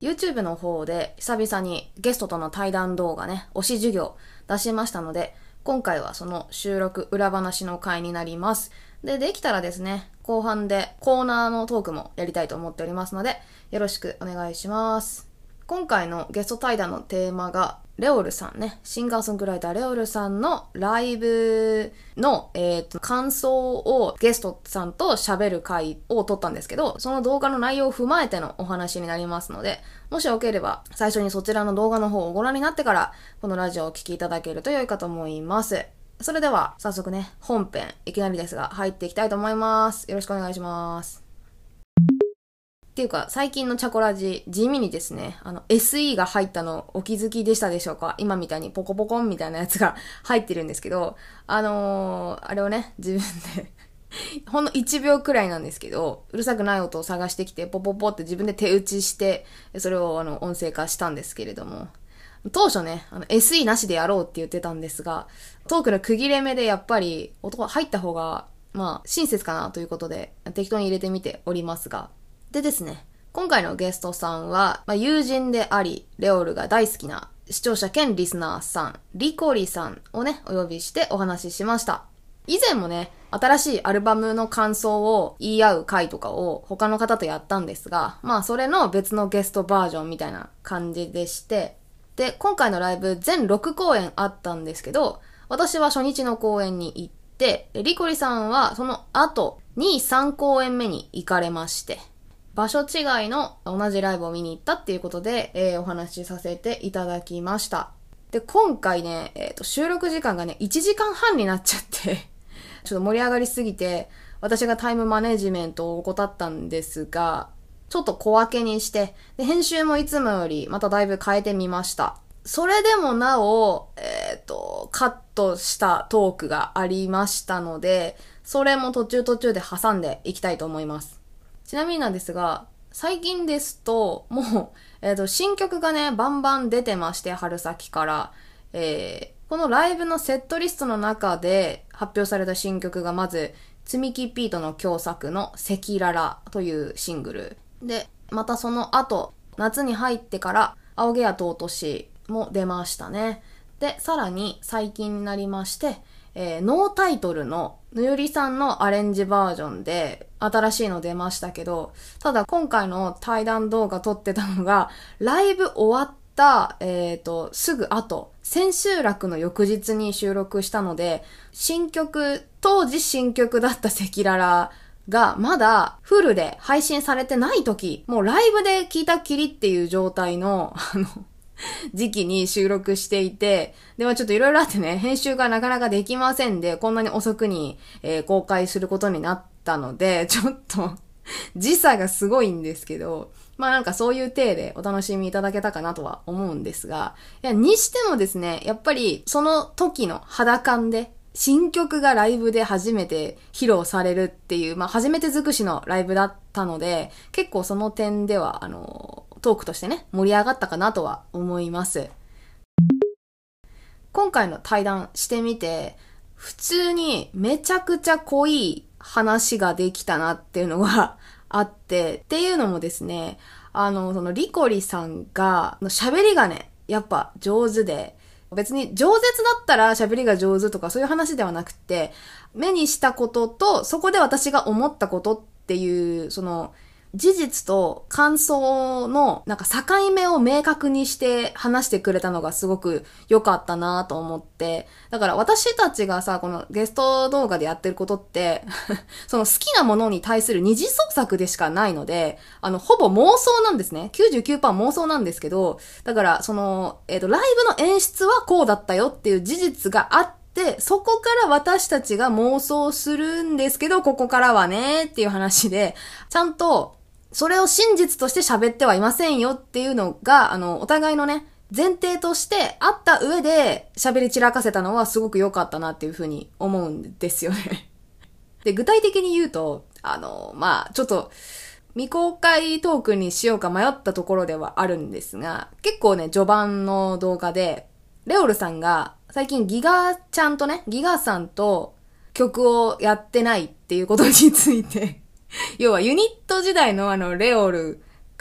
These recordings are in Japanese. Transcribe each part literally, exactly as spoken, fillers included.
YouTube の方で久々にゲストとの対談動画ね、推し授業出しましたので、今回はその収録裏話の回になります。で、できたらですね、後半でコーナーのトークもやりたいと思っておりますので、よろしくお願いします。今回のゲスト対談のテーマが、レオルさんね、シンガーソングライターレオルさんのライブの、えーと、感想をゲストさんと喋る回を撮ったんですけど、その動画の内容を踏まえてのお話になりますので、もしよければ最初にそちらの動画の方をご覧になってから、このラジオをお聞きいただけると良いかと思います。それでは早速ね、本編いきなりですが入っていきたいと思います。よろしくお願いします。っていうか、最近のチャコラジ、地味にですね、あの、エスイー が入ったのお気づきでしたでしょうか？今みたいにポコポコンみたいなやつが入ってるんですけど、あのー、あれをね、自分で、ほんのいちびょうくらいなんですけど、うるさくない音を探してきて、ポポポって自分で手打ちして、それをあの、音声化したんですけれども、当初ね、あの エスイー なしでやろうって言ってたんですが、トークの区切れ目でやっぱり音が入った方が、まあ、親切かなということで、適当に入れてみておりますが、でですね、今回のゲストさんは、まあ、友人であり、レオルが大好きな視聴者兼リスナーさん、リコリさんをね、お呼びしてお話ししました。以前もね、新しいアルバムの感想を言い合う回とかを他の方とやったんですが、まあそれの別のゲストバージョンみたいな感じでして、で、今回のライブ全ろくこうえんあったんですけど、私は初日の公演に行って、リコリさんはその後、に、さんこうえんめに行かれまして、場所違いの同じライブを見に行ったっていうことで、えー、お話しさせていただきました。で、今回ね、えっと、収録時間がね、いちじかんはんになっちゃって、ちょっと盛り上がりすぎて、私がタイムマネジメントを怠ったんですが、ちょっと小分けにして、で、編集もいつもよりまただいぶ変えてみました。それでもなお、えっと、カットしたトークがありましたので、それも途中途中で挟んでいきたいと思います。ちなみになんですが、最近ですと、もう、えっと、新曲がね、バンバン出てまして、春先から、えー、このライブのセットリストの中で発表された新曲がまず、積み木ピートの共作の赤裸々というシングル。で、またその後、夏に入ってから、青毛や尊しも出ましたね。で、さらに最近になりまして、えー、ノータイトルのぬゆりさんのアレンジバージョンで新しいの出ましたけど、ただ今回の対談動画撮ってたのが、ライブ終わった、えっと、すぐ後、千秋楽の翌日に収録したので、新曲、当時新曲だった赤裸々がまだフルで配信されてない時、もうライブで聞いたきりっていう状態の、あの、時期に収録していて、でもちょっといろいろあってね、編集がなかなかできませんで、こんなに遅くに、えー、公開することになったので、ちょっと時差がすごいんですけど、まあなんかそういう体でお楽しみいただけたかなとは思うんですが、いや、にしてもですね、やっぱりその時の肌感で、新曲がライブで初めて披露されるっていう、まあ初めて尽くしのライブだったので、結構その点では、あの、トークとしてね、盛り上がったかなとは思います。今回の対談してみて、普通にめちゃくちゃ濃い話ができたなっていうのがあって、っていうのもですね、あの、そのリコリさんが、喋りがね、やっぱ上手で、別に饒舌だったら喋りが上手とかそういう話ではなくて、目にしたことと、そこで私が思ったことっていう、その、事実と感想のなんか境目を明確にして話してくれたのがすごく良かったなと思って、だから私たちがさ、このゲスト動画でやってることってその好きなものに対する二次創作でしかないので、あのほぼ妄想なんですね。きゅうじゅうきゅうパーセント 妄想なんですけど、だからそのえっとライブの演出はこうだったよっていう事実があってで、そこから私たちが妄想するんですけど、ここからはねっていう話で、ちゃんとそれを真実として喋ってはいませんよっていうのが、あの、お互いのね、前提としてあった上で喋り散らかせたのはすごく良かったなっていうふうに思うんですよね。で、具体的に言うと、あの、まあちょっと、未公開トークにしようか迷ったところではあるんですが、結構ね、序盤の動画で、レオルさんが最近ギガちゃんとね、ギガさんと曲をやってないっていうことについて、要はユニット時代のあのレオル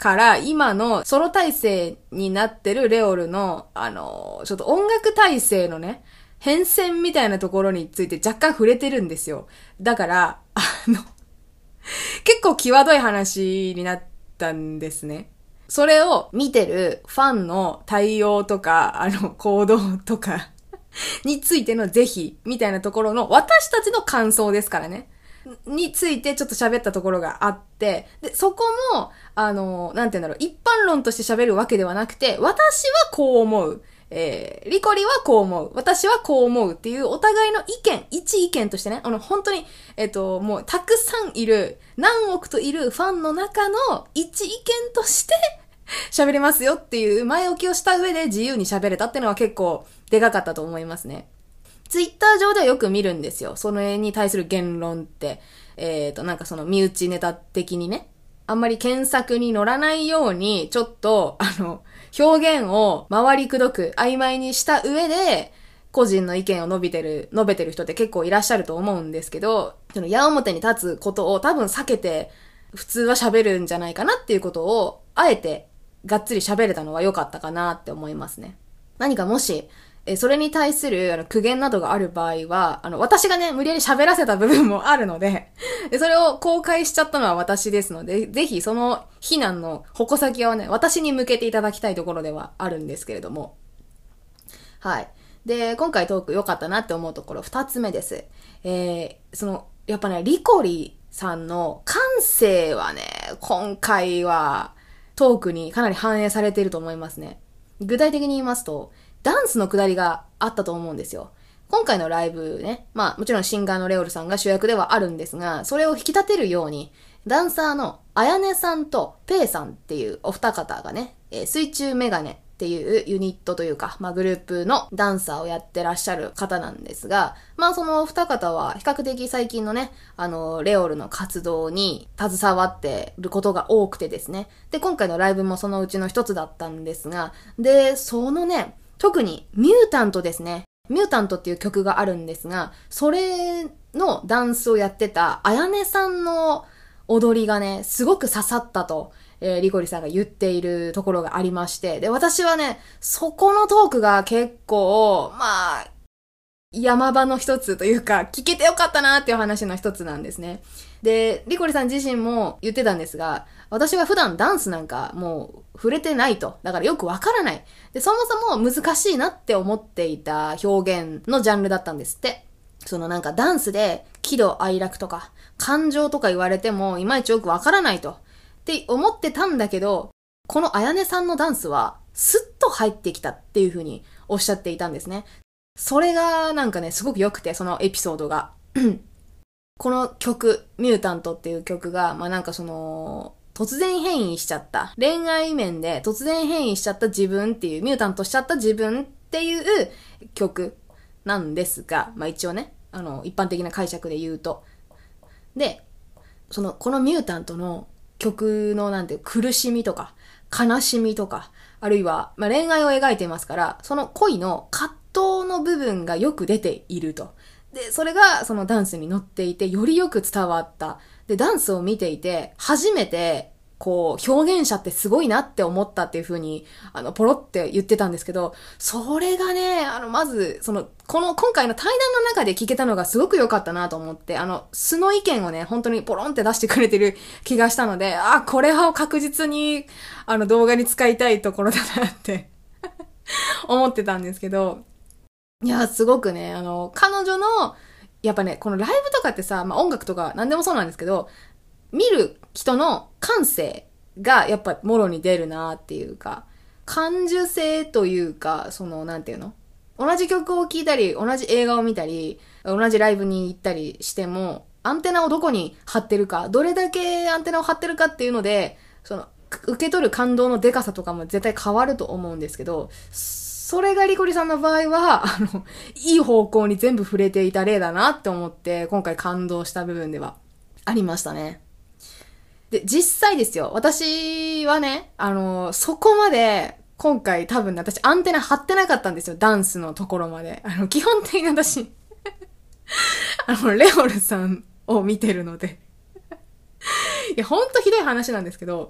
から今のソロ体制になってるレオルの、あの、ちょっと音楽体制のね、変遷みたいなところについて若干触れてるんですよ。だから、あの、結構際どい話になったんですね。それを見てるファンの対応とか、あの、行動とかについての是非みたいなところの私たちの感想ですからね。についてちょっと喋ったところがあって、で、そこも、あの、なんて言うんだろう、一般論として喋るわけではなくて、私はこう思う。えー、リコリはこう思う。私はこう思うっていうお互いの意見、一意見としてね、あの、本当に、えっと、もうたくさんいる、何億といるファンの中の一意見として喋れますよっていう前置きをした上で自由に喋れたっていうのは結構でかかったと思いますね。ツイッター上ではよく見るんですよ。それに対する言論って。えっと、なんかその身内ネタ的にね。あんまり検索に乗らないように、ちょっと、あの、表現を回りくどく曖昧にした上で、個人の意見を述べてる、述べてる人って結構いらっしゃると思うんですけど、その矢面に立つことを多分避けて、普通は喋るんじゃないかなっていうことを、あえて、がっつり喋れたのは良かったかなって思いますね。何かもし、え、それに対するあの苦言などがある場合は、あの、私がね、無理やり喋らせた部分もあるので、でそれを公開しちゃったのは私ですので、ぜひその非難の矛先をね、私に向けていただきたいところではあるんですけれども。はい。で、今回トーク良かったなって思うところ二つ目です。えー、その、やっぱね、リコリさんの感性はね、今回はトークにかなり反映されていると思いますね。具体的に言いますと、ダンスのくだりがあったと思うんですよ。今回のライブね、まあもちろんシンガーのレオルさんが主役ではあるんですが、それを引き立てるように、ダンサーのあやねさんとペイさんっていうお二方がね、えー、水中メガネっていうユニットというか、まあグループのダンサーをやってらっしゃる方なんですが、まあそのお二方は比較的最近のね、あの、レオルの活動に携わってることが多くてですね。で、今回のライブもそのうちの一つだったんですが、で、そのね、特にミュータントですね。ミュータントっていう曲があるんですが、それのダンスをやってたあやねさんの踊りがね、すごく刺さったと、えー、リコリさんが言っているところがありまして、で、私はね、そこのトークが結構、まあ、山場の一つというか、聞けてよかったなっていう話の一つなんですね。で、リコリさん自身も言ってたんですが、私は普段ダンスなんかもう触れてないと。だからよくわからない。で、そもそも難しいなって思っていた表現のジャンルだったんですって。そのなんかダンスで喜怒哀楽とか感情とか言われてもいまいちよくわからないと。って思ってたんだけど、このあやねさんのダンスはスッと入ってきたっていう風におっしゃっていたんですね。それがなんかね、すごく良くて、そのエピソードが。この曲、ミュータントっていう曲が、まあなんかその、突然変異しちゃった。恋愛面で突然変異しちゃった自分っていう、ミュータントしちゃった自分っていう曲なんですが、まあ一応ね、あの、一般的な解釈で言うと。で、その、このミュータントの曲のなんていう苦しみとか、悲しみとか、あるいは、まあ恋愛を描いていますから、その恋の葛藤の部分がよく出ていると。で、それがそのダンスに乗っていて、よりよく伝わった。で、ダンスを見ていて、初めて、こう、表現者ってすごいなって思ったっていう風に、あの、ポロって言ってたんですけど、それがね、あの、まず、その、この、今回の対談の中で聞けたのがすごく良かったなと思って、あの、素の意見をね、本当にポロンって出してくれてる気がしたので、あ、これは確実に、あの、動画に使いたいところだなって思ってたんですけど、いや、すごくね、あの、彼女の、やっぱね、このライブとかってさ、まあ音楽とか何でもそうなんですけど、見る人の感性がやっぱもろに出るなっていうか、感受性というか、その、なんていうの？同じ曲を聴いたり、同じ映画を見たり、同じライブに行ったりしても、アンテナをどこに張ってるか、どれだけアンテナを張ってるかっていうので、その、受け取る感動のデカさとかも絶対変わると思うんですけど、それがリコリさんの場合は、あの、いい方向に全部触れていた例だなって思って、今回感動した部分ではありましたね。で、実際ですよ、私はね、あの、そこまで、今回多分ね、私アンテナ張ってなかったんですよ、ダンスのところまで。あの、基本的に私、あの、レオルさんを見てるので。いや、ほんとひどい話なんですけど、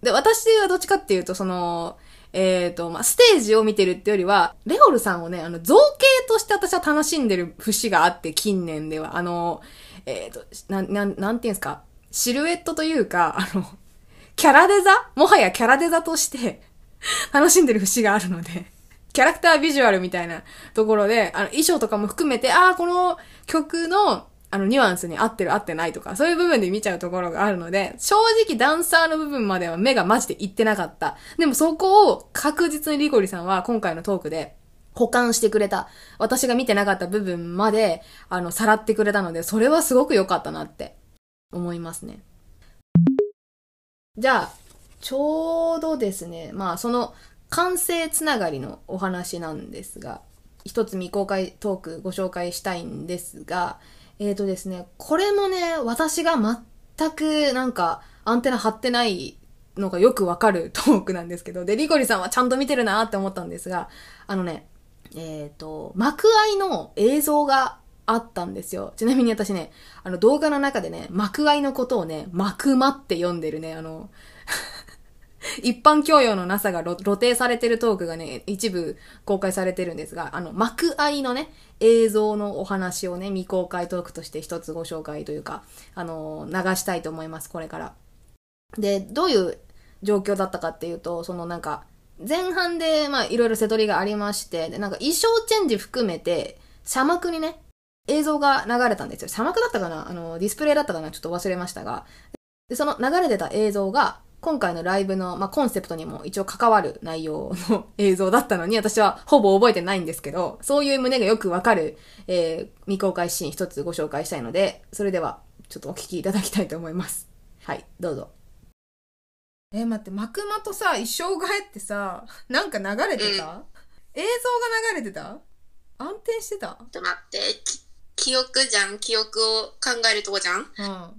で、私はどっちかっていうと、その、えっと、まあ、ステージを見てるってよりは、レオルさんをね、あの、造形として私は楽しんでる節があって、近年では。あの、えっと、なん、なん、なんていうんですか、シルエットというか、あの、キャラデザもはやキャラデザとして楽しんでる節があるので、キャラクタービジュアルみたいなところで、あの、衣装とかも含めて、ああ、この曲の、あの、ニュアンスに合ってる合ってないとか、そういう部分で見ちゃうところがあるので、正直ダンサーの部分までは目がマジでいってなかった。でもそこを確実にリコリさんは今回のトークで補完してくれた。私が見てなかった部分まで、あの、さらってくれたので、それはすごく良かったなって思いますね。じゃあ、ちょうどですね、まあ、その、完成つながりのお話なんですが、一つ未公開トークご紹介したいんですが、えーとですね、これもね、私が全くなんかアンテナ張ってないのがよくわかるトークなんですけど、で、リコリさんはちゃんと見てるなって思ったんですが、あのね、えーと、幕間の映像があったんですよ。ちなみに私ね、あの動画の中でね、幕間のことをね、幕間って読んでるね、あの、一般教養のなさが露呈されてるトークがね、一部公開されてるんですが、あの、幕間のね、映像のお話をね、未公開トークとして一つご紹介というか、あの、流したいと思います、これから。で、どういう状況だったかっていうと、そのなんか、前半で、まあ、いろいろ瀬取りがありまして、で、なんか衣装チェンジ含めて、車幕にね、映像が流れたんですよ。車幕だったかなあの、ディスプレイだったかなちょっと忘れましたが。で、その流れてた映像が、今回のライブの、まあ、コンセプトにも一応関わる内容の映像だったのに、私はほぼ覚えてないんですけど、そういう胸がよくわかる、えー、未公開シーン一つご紹介したいので、それでは、ちょっとお聞きいただきたいと思います。はい、どうぞ。 えー、待って、幕間とさ、衣装替えってさ、なんか流れてた、うん、映像が流れてた暗転してた。 ちょっと待って、記憶じゃん、記憶を考えるとこじゃん。うん。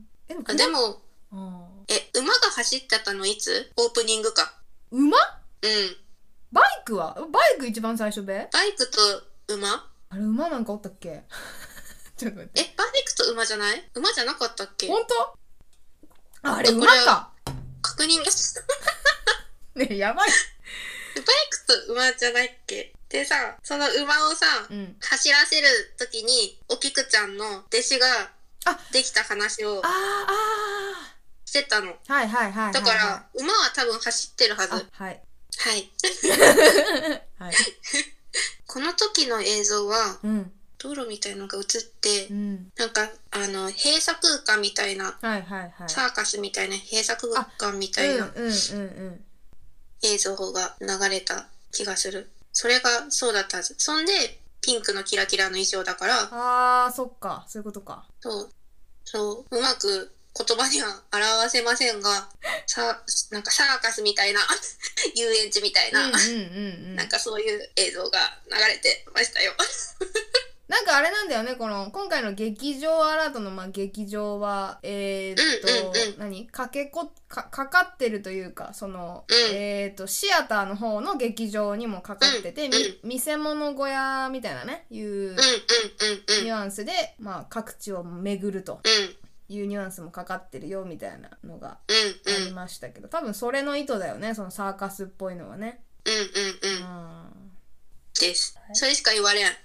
でも、でもうん、え、馬が走ってたのいつ？オープニングか。 馬？ うん。 バイクは？バイク一番最初で？ バイクと馬？ あれ、馬なんかおったっけ？ちょっと待って。 え、バイクと馬じゃない？馬じゃなかったっけ？ ほんと？あれ、馬か。 確認がした。 ねえ、やばい。 バイクと馬じゃないっけ？でさ、その馬をさ、うん、走らせるときに、おきくちゃんの弟子ができた話をしてたの。 はいはいはい、はい。 だから、馬は多分走ってるはず。 はい。 はい。 はい、 この時の映像は、 うん、 道路みたいのが映って、 うん、 なんか、あの、閉鎖空間みたいな、 はいはいはい、 サーカスみたいな閉鎖空間みたいな映像が流れた気がする。それがそうだったはず。そんで、ピンクのキラキラの衣装だから。 あー、そっか。そういうことか。 そう。そう。うまく言葉には表せませんが、さ、なんかサーカスみたいな、遊園地みたいな、 うんうんうんうん、 なんかそういう映像が流れてましたよ。 なんかあれなんだよね、この、今回の劇場アラートの、まあ、劇場は、えー、っと、 うんうんうん、 何かけこ、か、かかってるというか、その、 うん、 えー、っと、シアターの方の劇場にもかかってて、 うんうん、 見せ物小屋みたいなね、いう、 うんうんうん、 ニュアンスで、まあ、各地を巡ると。 うんいうニュアンスもかかってるよみたいなのがあうんうん、 りましたけど、多分それの意図だよね、そのサーカスっぽいのはね。 うんうんうん、 うん、 です、はい、それしか言われん。ちょっ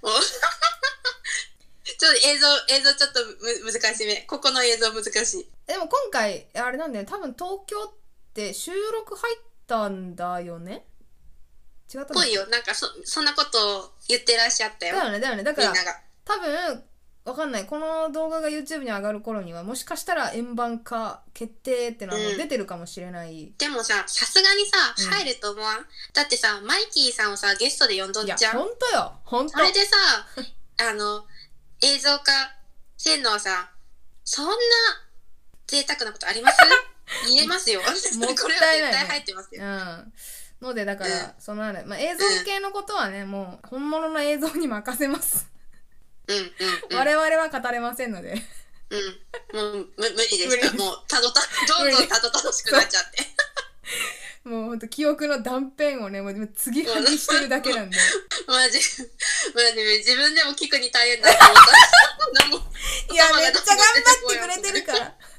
と映像映像ちょっとむ難しめ。ここの映像難しい。 でも今回あれなんだよ、多分東京って収録入ったんだよね。違ったぽいよ。なんかそそんなことを言ってらっしゃったよ。 だよねだよね。だからみんなが多分わかんない。この動画が YouTube に上がる頃にはもしかしたら円盤化決定ってのはもう出てるかもしれない。 うん、でもさ、さすがにさ、うん、入ると思わん？だってさ、マイキーさんをさ、ゲストで呼んどっちゃう。 いや、ほんとよ。ほんと。 それでさ、あの、映像化せんのはさ、そんな贅沢なことあります？言えますよ。もったいない、ね。これは絶対入ってますよ。 うん。ので、だから、うん、そのあれ、まあ、映像系のことはね、うん、もう、本物の映像に任せます。 うんうんうん、 我々は語れませんので。 うん。もう、む、無理でした。もう、たどた、どんどんたどたどしくなっちゃって。 もうほんと、記憶の断片をね、もう継ぎはぎしてるだけなんで。 マジ、マジ、自分でも聞くに大変だと思った。 いや、めっちゃ頑張ってくれてるから。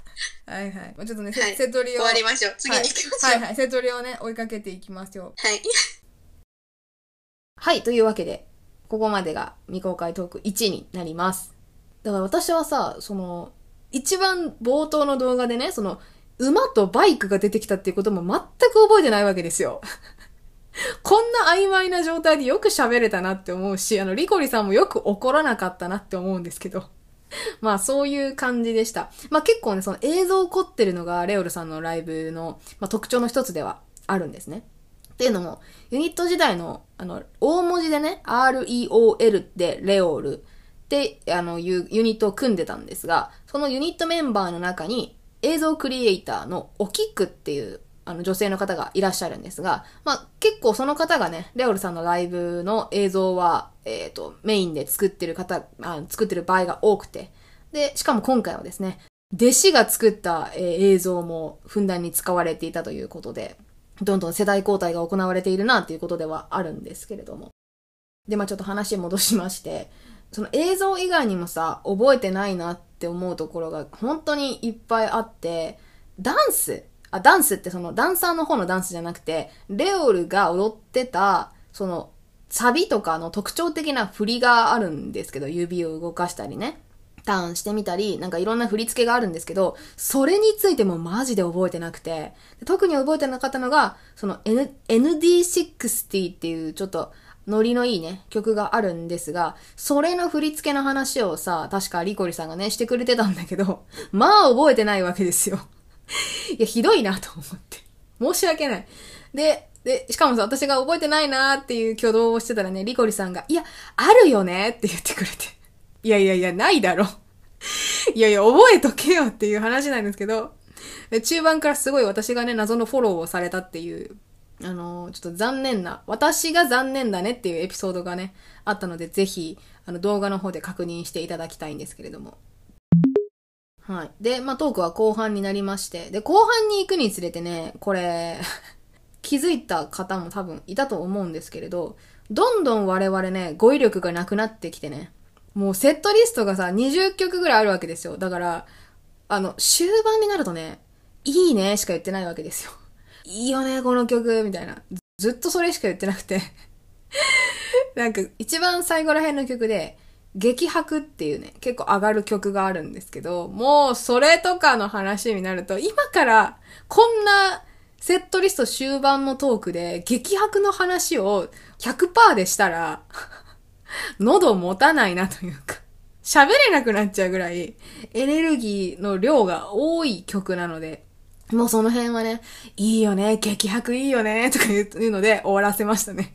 はいはい。ちょっとね、 はい、 セトリを。 終わりましょう。次に行きましょう。 はいはいはい。セトリをね、追いかけていきましょう。 はい。 はい、というわけで、ここまでが未公開トークいちになります。だから私はさ、その、一番冒頭の動画でね、その、馬とバイクが出てきたっていうことも全く覚えてないわけですよ。こんな曖昧な状態でよく喋れたなって思うし、あの、リコリさんもよく怒らなかったなって思うんですけど。まあ、そういう感じでした。まあ結構ね、その映像凝ってるのがレオルさんのライブの、まあ、特徴の一つではあるんですね。っていうのも、ユニット時代の、あの、大文字でね、アールイーオーエル でレオールってあのいうユニットを組んでたんですが、そのユニットメンバーの中に映像クリエイターのおきくっていうあの女性の方がいらっしゃるんですが、まあ結構その方がね、レオルさんのライブの映像は、えっと、メインで作ってる方、あ作ってる場合が多くて、で、しかも今回はですね、弟子が作った、えー、映像もふんだんに使われていたということで、どんどん世代交代が行われているなっていうことではあるんですけれども。で、まあちょっと話戻しまして、その映像以外にもさ、覚えてないなって思うところが本当にいっぱいあって、ダンスあ、ダンスってそのダンサーの方のダンスじゃなくて、レオルが踊ってた、そのサビとかの特徴的な振りがあるんですけど、指を動かしたりね、ターンしてみたり、なんかいろんな振り付けがあるんですけど、それについてもマジで覚えてなくて、特に覚えてなかったのが、その N、エヌディーシックスティー っていうちょっとノリのいいね、曲があるんですが、それの振り付けの話をさ、確かリコリさんがね、してくれてたんだけど、まあ覚えてないわけですよ。いや、ひどいなと思って。申し訳ない。で、で、しかもさ、私が覚えてないなーっていう挙動をしてたらね、リコリさんが、いや、あるよねって言ってくれて。いやいやいや、ないだろ。いやいや、覚えとけよっていう話なんですけど、で中盤からすごい私がね、謎のフォローをされたっていう、あのー、ちょっと残念な、私が残念だねっていうエピソードがね、あったので、ぜひ、あの動画の方で確認していただきたいんですけれども。はい。で、まあ、トークは後半になりまして、で、後半に行くにつれてね、これ、気づいた方も多分いたと思うんですけれど、どんどん我々ね、語彙力がなくなってきてね、もうセットリストがさ、にじゅっきょくぐらいあるわけですよ。だから、あの、終盤になるとね、いいねしか言ってないわけですよ。いいよね、この曲、みたいな。ずっとそれしか言ってなくて。なんか、一番最後ら辺の曲で、激白っていうね、結構上がる曲があるんですけど、もうそれとかの話になると、今からこんなセットリスト終盤のトークで激白の話を ひゃくパーセント でしたら、喉持たないなというか、喋れなくなっちゃうぐらいエネルギーの量が多い曲なので、もうその辺はね、いいよね、激白いいよね、とか言うので終わらせましたね。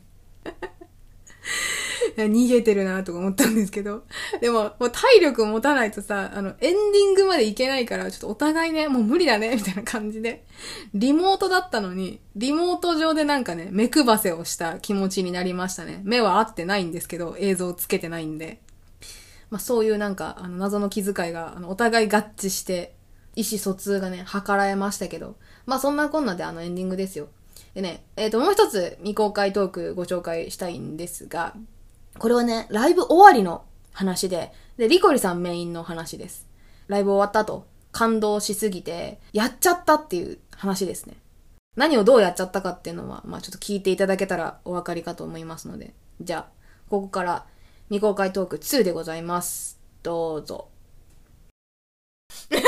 逃げてるなとか思ったんですけど。でも、もう体力持たないとさ、あの、エンディングまでいけないから、ちょっとお互いね、もう無理だね、みたいな感じで。リモートだったのに、リモート上でなんかね、目くばせをした気持ちになりましたね。目は合ってないんですけど、映像つけてないんで。まあそういうなんか、あの、謎の気遣いが、あの、お互い合致して、意思疎通がね、図られましたけど。まあそんなこんなであのエンディングですよ。でね、えっと、もう一つ未公開トークご紹介したいんですが、これはね、ライブ終わりの話で、で、リコリさんメインの話です。ライブ終わった後、感動しすぎて、やっちゃったっていう話ですね。何をどうやっちゃったかっていうのは、まあちょっと聞いていただけたらお分かりかと思いますので。じゃあ、ここから未公開トークツーでございます。どうぞ。 だから、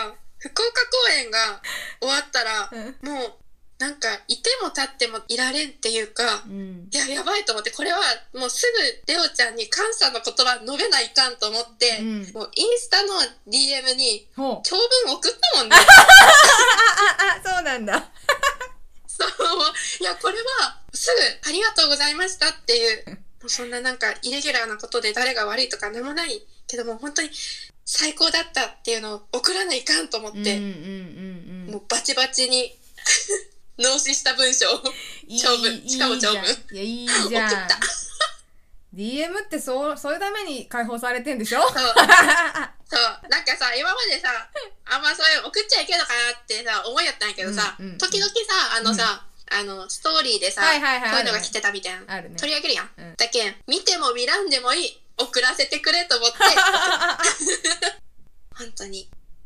福岡公演が終わったら、うん、もう、なんか、いても立ってもいられんっていうか、うん、いや、やばいと思って、これはもうすぐレオちゃんに感謝の言葉述べないかんと思って、うん、もうインスタの ディーエム に長文送ったもんね。 あ、そうなんだ。 そう、いや、これはすぐありがとうございましたっていう、もうそんななんかイレギュラーなことで誰が悪いとか何もないけども、本当に最高だったっていうのを送らないかんと思って、もうバチバチに、脳死した文章長文しかも長文いやいいじゃん。送った。ディーエム ってそうそういうために解放されてんでしょ。そうそう、なんかさ、今までさ、あんまそういう送っちゃいけんのかなってさ思いやったんやけどさ、うんうん、時々さあのさ、うん、あのストーリーでさ、はいはいはい、こういうのが来てたみたいな、ね、取り上げるやん、うん、だけん見ても見らんでもいい、送らせてくれと思って本当に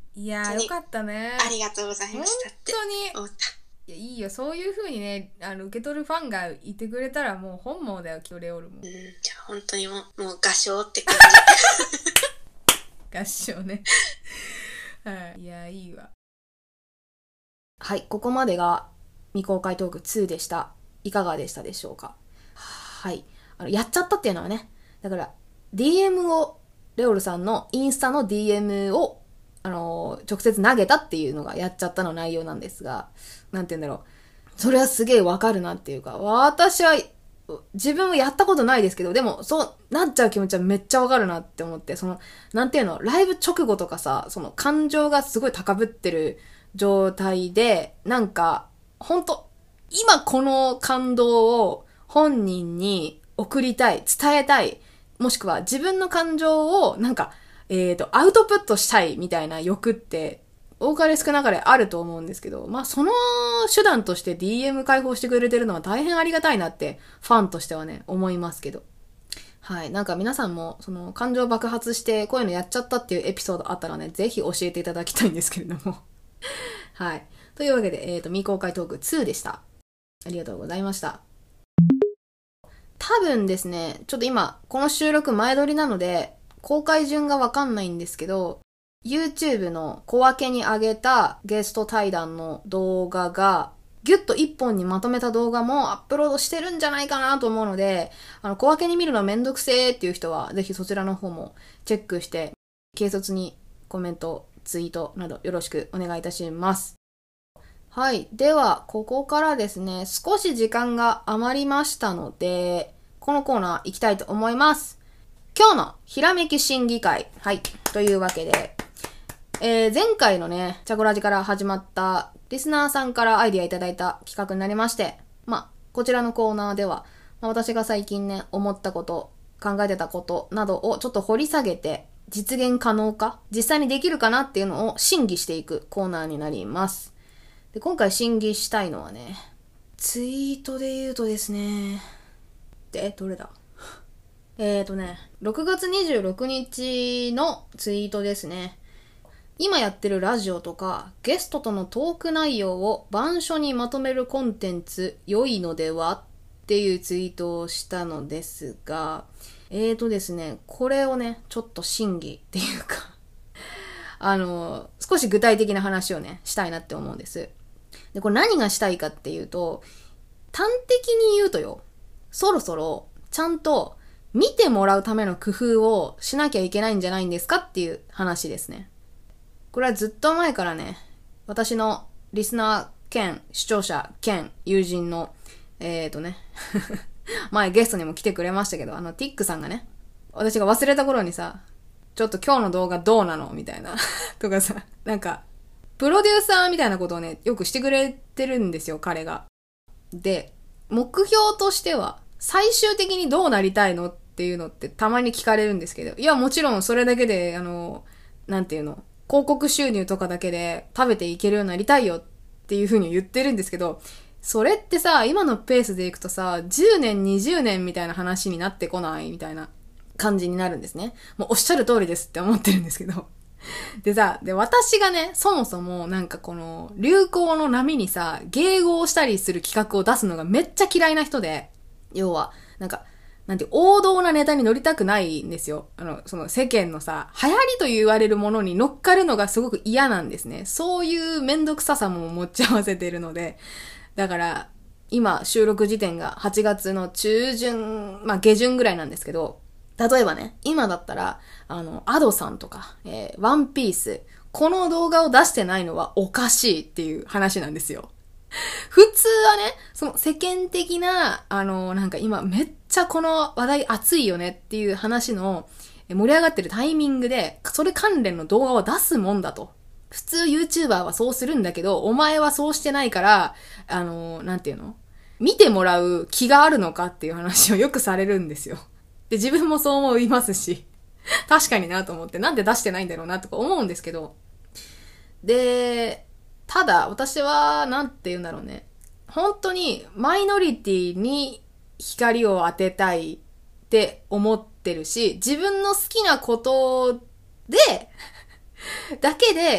いやーよかったね。 ありがとうございましたって思った。 いやいいよ、そういう風にね、あの受け取るファンがいてくれたらもう本望だよ、キョレオルも。うん、 じゃあ本当にもうもう合唱って感じ。合唱ね。はい、いやいいわ。 はい、ここまでが未公開トークツーでした。いかがでしたでしょうか。はい、あのやっちゃったっていうのはね、だから ディーエム をレオルさんのインスタの ディーエム をあの直接投げたっていうのがやっちゃったの内容なんですが、なんて言うんだろう、それはすげえわかるなっていうか、私は自分はやったことないですけど、でもそうなっちゃう気持ちはめっちゃわかるなって思って、そのなんていうの、ライブ直後とかさ、その感情がすごい高ぶってる状態で、なんかほんと今この感動を本人に送りたい、伝えたい、もしくは自分の感情をなんかえっとアウトプットしたいみたいな欲って多かれ少なかれあると思うんですけど、まあその手段として ディーエム 開放してくれてるのは大変ありがたいなってファンとしてはね思いますけど、はい、なんか皆さんもその感情爆発してこういうのやっちゃったっていうエピソードあったらね、ぜひ教えていただきたいんですけれどもはい、というわけでえっと未公開トークツーでした。ありがとうございました。多分ですね、ちょっと今この収録前撮りなので公開順がわかんないんですけど、YouTube の小分けに上げたゲスト対談の動画がギュッと一本にまとめた動画もアップロードしてるんじゃないかなと思うので、あの小分けに見るのめんどくせーっていう人はぜひそちらの方もチェックして軽率にコメント、ツイートなどよろしくお願いいたします。はい。では、ここからですね、少し時間が余りましたので、このコーナー行きたいと思います。今日のひらめき審議会。はい。というわけで、えー、前回のね、チャコラジから始まったリスナーさんからアイディアいただいた企画になりまして、まあ、こちらのコーナーでは、まあ、私が最近ね、思ったこと、考えてたことなどをちょっと掘り下げて、実現可能か、実際にできるかなっていうのを審議していくコーナーになります。で、今回審議したいのはね、ツイートで言うとですね、で、どれだえーとね、ろくがつにじゅうろくにちのツイートですね。今やってるラジオとかゲストとのトーク内容を板書にまとめるコンテンツ良いのではっていうツイートをしたのですが、えーとですね、これをね、ちょっと審議っていうかあの、少し具体的な話をね、したいなって思うんです。で、これ何がしたいかっていうと、端的に言うとよ、そろそろちゃんと見てもらうための工夫をしなきゃいけないんじゃないんですかっていう話ですね。これはずっと前からね、私のリスナー兼視聴者兼友人の、えーとね、前ゲストにも来てくれましたけど、あのティックさんがね、私が忘れた頃にさ、ちょっと今日の動画どうなのみたいなとかさ、なんかプロデューサーみたいなことをね、よくしてくれてるんですよ、彼が。で、目標としては最終的にどうなりたいのっていうのってたまに聞かれるんですけど、いやもちろんそれだけで、あの、なんていうの、広告収入とかだけで食べていけるようになりたいよっていう風に言ってるんですけど、それってさ、今のペースでいくとさ、じゅうねん、にじゅうねんみたいな話になってこないみたいな感じになるんですね。もうおっしゃる通りですって思ってるんですけど。でさ、で、私がね、そもそもなんかこの流行の波にさ、迎合したりする企画を出すのがめっちゃ嫌いな人で、要は、なんか、なんて王道なネタに乗りたくないんですよ。あの、その世間のさ、流行りと言われるものに乗っかるのがすごく嫌なんですね。そういうめんどくささも持ち合わせているので、だから、今収録時点がはちがつの中旬、まあ下旬ぐらいなんですけど、例えばね、今だったら、あの、アドさんとか、えー、ワンピース、この動画を出してないのはおかしいっていう話なんですよ。普通はね、その世間的な、あの、なんか今めっちゃこの話題熱いよねっていう話の盛り上がってるタイミングで、それ関連の動画を出すもんだと。普通 YouTuber はそうするんだけど、お前はそうしてないから、あの、なんていうの？見てもらう気があるのかっていう話をよくされるんですよ。で、自分もそう思いますし、確かになと思って、なんで出してないんだろうなとか思うんですけど、で、ただ、私は、なんて言うんだろうね。本当に、マイノリティに光を当てたいって思ってるし、自分の好きなことで、だけで、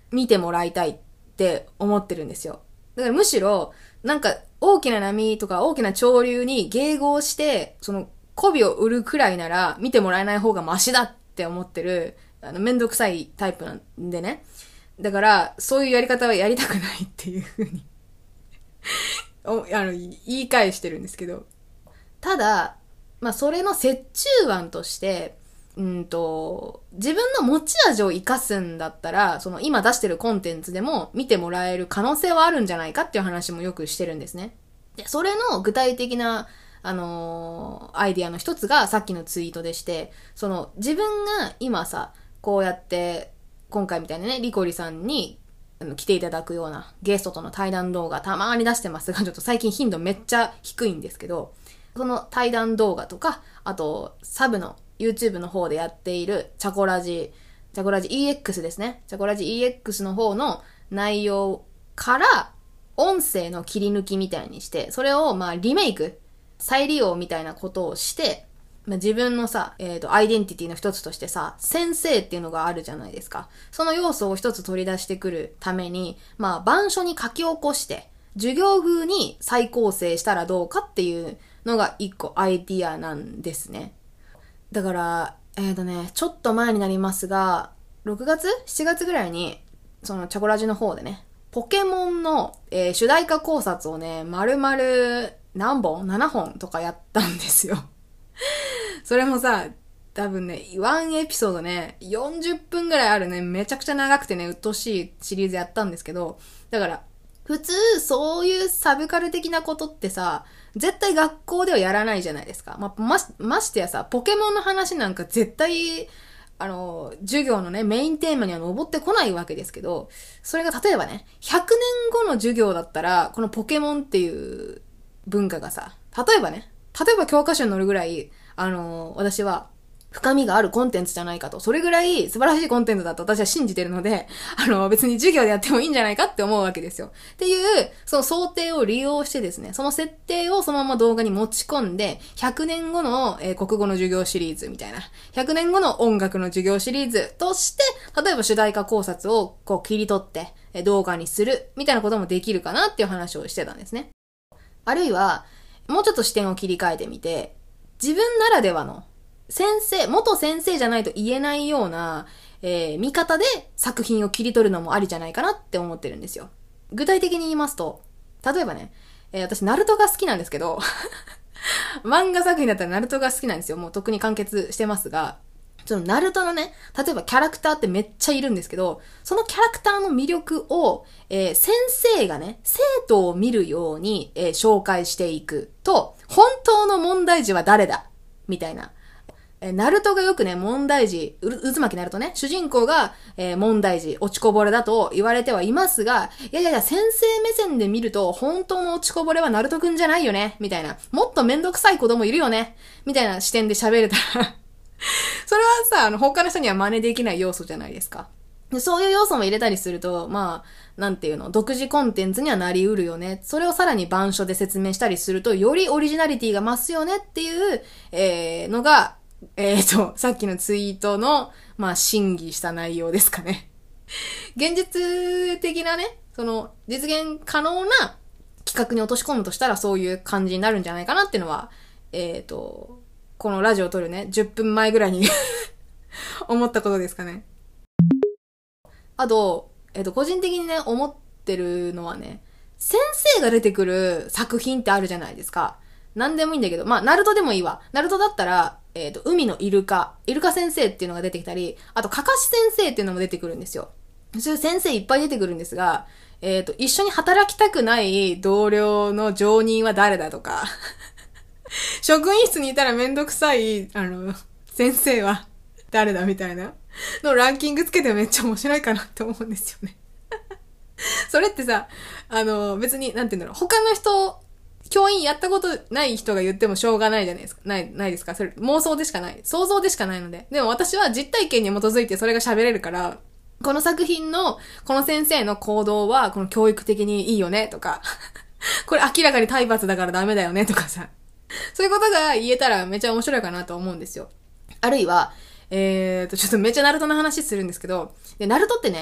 見てもらいたいって思ってるんですよ。だからむしろ、なんか大きな波とか大きな潮流に迎合して、その媚びを売るくらいなら見てもらえない方がマシだって思ってる、あの、めんどくさいタイプなんでね。だから、そういうやり方はやりたくないっていう風にお、あの、言い返してるんですけど。ただ、まあ、それの折衷案として、うんと、自分の持ち味を活かすんだったら、その今出してるコンテンツでも見てもらえる可能性はあるんじゃないかっていう話もよくしてるんですね。で、それの具体的な、あのー、アイディアの一つがさっきのツイートでして、その自分が今さ、こうやって今回みたいなね、リコリさんにあの来ていただくようなゲストとの対談動画たまに出してますが、ちょっと最近頻度めっちゃ低いんですけど、その対談動画とか、あとサブの YouTube の方でやっているチャコラジ、チャコラジ イーエックス ですね。チャコラジ イーエックス の方の内容から音声の切り抜きみたいにして、それをまあリメイク、再利用みたいなことをして、まあ、自分のさ、えっと、アイデンティティの一つとしてさ、先生っていうのがあるじゃないですか。その要素を一つ取り出してくるために、まあ、板書に書き起こして、授業風に再構成したらどうかっていうのが一個アイディアなんですね。だから、えっとね、ちょっと前になりますが、ろくがつ ?しちがつぐらいに、そのチャコラジの方でね、ポケモンの、えー、主題歌考察をね、丸々何本 ?なな 本とかやったんですよ。それもさ、多分ね、ワンエピソードね、よんじゅっぷんぐらいあるね、めちゃくちゃ長くてね、鬱陶しいシリーズやったんですけど、だから、普通、そういうサブカル的なことってさ、絶対学校ではやらないじゃないですか。まあ、まし、ましてやさ、ポケモンの話なんか絶対、あの、授業のね、メインテーマには上ってこないわけですけど、それが例えばね、ひゃくねんごの授業だったら、このポケモンっていう文化がさ、例えばね、例えば教科書に載るぐらい、あの、私は、深みがあるコンテンツじゃないかと。それぐらい素晴らしいコンテンツだと私は信じてるので、あの、別に授業でやってもいいんじゃないかって思うわけですよ。っていう、その想定を利用してですね、その設定をそのまま動画に持ち込んで、ひゃくねんごの、えー、国語の授業シリーズみたいな、ひゃくねんごの音楽の授業シリーズとして、例えば主題歌考察をこう切り取って、えー、動画にする、みたいなこともできるかなっていう話をしてたんですね。あるいは、もうちょっと視点を切り替えてみて、自分ならではの、先生、元先生じゃないと言えないような、えー、見方で作品を切り取るのもありじゃないかなって思ってるんですよ。具体的に言いますと、例えばね、えー、私、ナルトが好きなんですけど、漫画作品だったらナルトが好きなんですよ。もう特に完結してますが、そのナルトのね、例えばキャラクターってめっちゃいるんですけど、そのキャラクターの魅力を、えー、先生がね、生徒を見るように、えー、紹介していくと、本当の問題児は誰だみたいな。えー、ナルトがよくね、問題児、う、渦巻きナルトね、主人公が、えー、問題児、落ちこぼれだと言われてはいますが、いやいやいや、先生目線で見ると、本当の落ちこぼれはナルトくんじゃないよねみたいな。もっとめんどくさい子供いるよねみたいな視点で喋れたら、それはさ、あの、他の人には真似できない要素じゃないですか。そういう要素も入れたりすると、まあ、なんていうの、独自コンテンツにはなりうるよね。それをさらに板書で説明したりすると、よりオリジナリティが増すよねっていう、えー、のが、えーと、さっきのツイートの、まあ、審議した内容ですかね。現実的なね、その、実現可能な企画に落とし込むとしたら、そういう感じになるんじゃないかなっていうのは、えーと、このラジオを撮るね、じゅっぷんまえぐらいに思ったことですかね。あと、えっと、個人的にね、思ってるのはね、先生が出てくる作品ってあるじゃないですか。なんでもいいんだけど、まあ、ナルトでもいいわ。ナルトだったら、えっと、海のイルカ、イルカ先生っていうのが出てきたり、あと、カカシ先生っていうのも出てくるんですよ。そういう先生いっぱい出てくるんですが、えっと、一緒に働きたくない同僚の常任は誰だとか、職員室にいたらめんどくさい、あの、先生は誰だみたいなのランキングつけてめっちゃ面白いかなって思うんですよね。それってさ、あの、別に、なんて言うんだろう、他の人、教員やったことない人が言ってもしょうがないじゃないですか。ない、ないですか？それ妄想でしかない。想像でしかないので。でも私は実体験に基づいてそれが喋れるから、この作品の、この先生の行動は、この教育的にいいよね、とか、これ明らかに体罰だからダメだよね、とかさ。そういうことが言えたらめっちゃ面白いかなと思うんですよ。あるいは、えーと、ちょっとめっちゃナルトの話するんですけど、で、ナルトってね、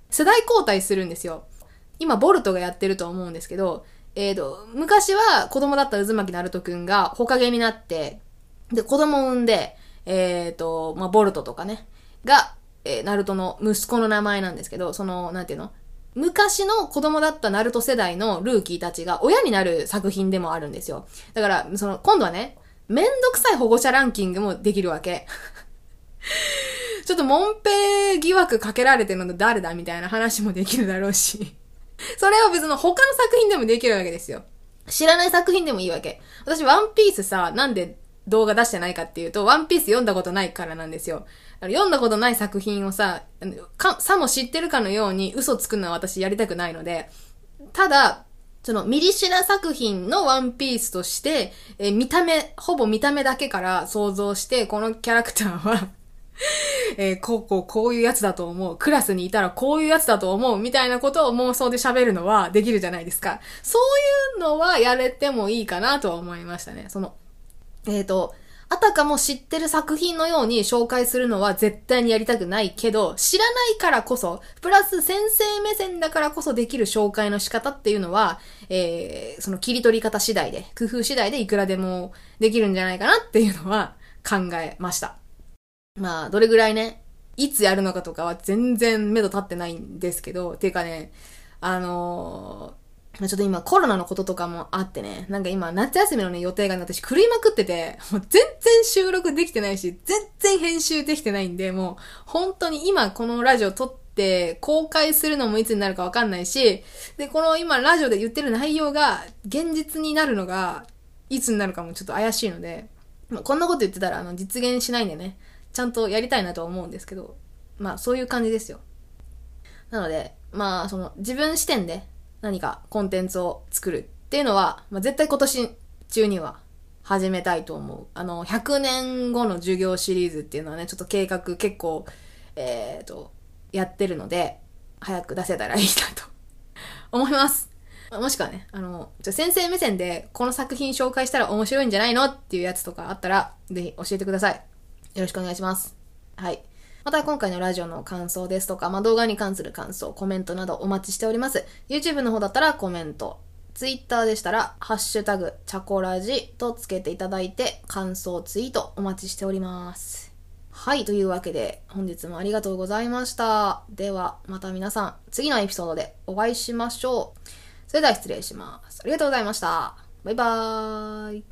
世代交代するんですよ。今、ボルトがやってると思うんですけど、えーと、昔は子供だった渦巻ナルトくんがホカゲになって、で、子供を産んで、えーと、まあ、ボルトとかね、が、えー、ナルトの息子の名前なんですけど、その、なんていうの？昔の子供だったナルト世代のルーキーたちが親になる作品でもあるんですよ。だから、その、今度はね、めんどくさい保護者ランキングもできるわけ。ちょっとモンペ疑惑かけられてるの誰だみたいな話もできるだろうし。それは別の他の作品でもできるわけですよ。知らない作品でもいいわけ。私、ワンピースさ、なんで動画出してないかっていうと、ワンピース読んだことないからなんですよ。読んだことない作品をさ、か、さも知ってるかのように嘘つくのは私やりたくないので、ただ、そのミリシラ作品のワンピースとして、えー、見た目、ほぼ見た目だけから想像して、このキャラクターは、えー、こうこうこういうやつだと思う。クラスにいたらこういうやつだと思う。みたいなことを妄想で喋るのはできるじゃないですか。そういうのはやれてもいいかなとは思いましたね。その、えっと、あたかも知ってる作品のように紹介するのは絶対にやりたくないけど、知らないからこそ、プラス先生目線だからこそできる紹介の仕方っていうのは、えー、その切り取り方次第で、工夫次第でいくらでもできるんじゃないかなっていうのは考えました。まあ、どれぐらいね、いつやるのかとかは全然目処立ってないんですけど、ていうかね、あのー、ちょっと今コロナのこととかもあってね、なんか今夏休みのね予定が、ね、私狂いまくってて、もう全然収録できてないし、全然編集できてないんで、もう本当に今このラジオ撮って公開するのもいつになるかわかんないし、で、この今ラジオで言ってる内容が現実になるのがいつになるかもちょっと怪しいので、まあ、こんなこと言ってたらあの実現しないんでね、ちゃんとやりたいなとは思うんですけど、まあそういう感じですよ。なので、まあその自分視点で何かコンテンツを作るっていうのは、まあ、絶対今年中には始めたいと思う。あの、ひゃくねんごの授業シリーズっていうのはね、ちょっと計画結構、えっと、やってるので、早く出せたらいいなと思います。もしくはね、あの、じゃ先生目線でこの作品紹介したら面白いんじゃないのっていうやつとかあったら、ぜひ教えてください。よろしくお願いします。はい。また今回のラジオの感想ですとか、まあ、動画に関する感想、コメントなどお待ちしております。YouTube の方だったらコメント、Twitter でしたら、ハッシュタグ、チャコラジとつけていただいて、感想ツイートお待ちしております。はい、というわけで、本日もありがとうございました。では、また皆さん、次のエピソードでお会いしましょう。それでは失礼します。ありがとうございました。バイバーイ。